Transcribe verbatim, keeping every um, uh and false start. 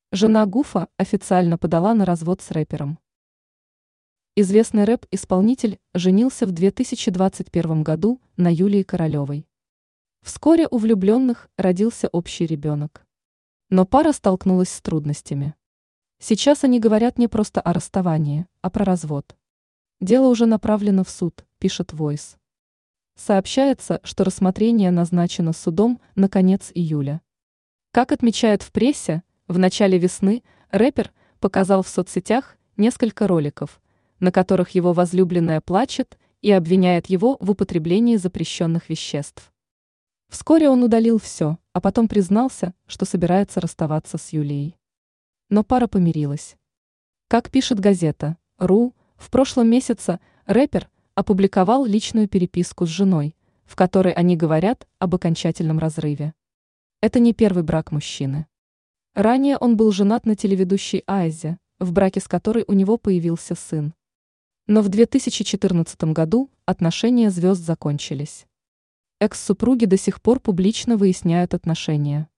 Жена Гуфа официально подала на развод с рэпером. Известный рэп-исполнитель женился в две тысячи двадцать первом году на Юлии Королевой. Вскоре у влюбленных родился общий ребенок. Но пара столкнулась с трудностями. Сейчас они говорят не просто о расставании, а про развод. Дело уже направлено в суд, пишет Voice. Сообщается, что рассмотрение назначено судом на конец июля. Как отмечают в прессе, в начале весны рэпер показал в соцсетях несколько роликов, на которых его возлюбленная плачет и обвиняет его в употреблении запрещенных веществ. Вскоре он удалил все, а потом признался, что собирается расставаться с Юлией. Но пара помирилась. Как пишет газета «Ру», в прошлом месяце рэпер опубликовал личную переписку с женой, в которой они говорят об окончательном разрыве. Это не первый брак мужчины. Ранее он был женат на телеведущей Айзе, в браке с которой у него появился сын. Но в две тысячи четырнадцатом году отношения звезд закончились. Экс-супруги до сих пор публично выясняют отношения.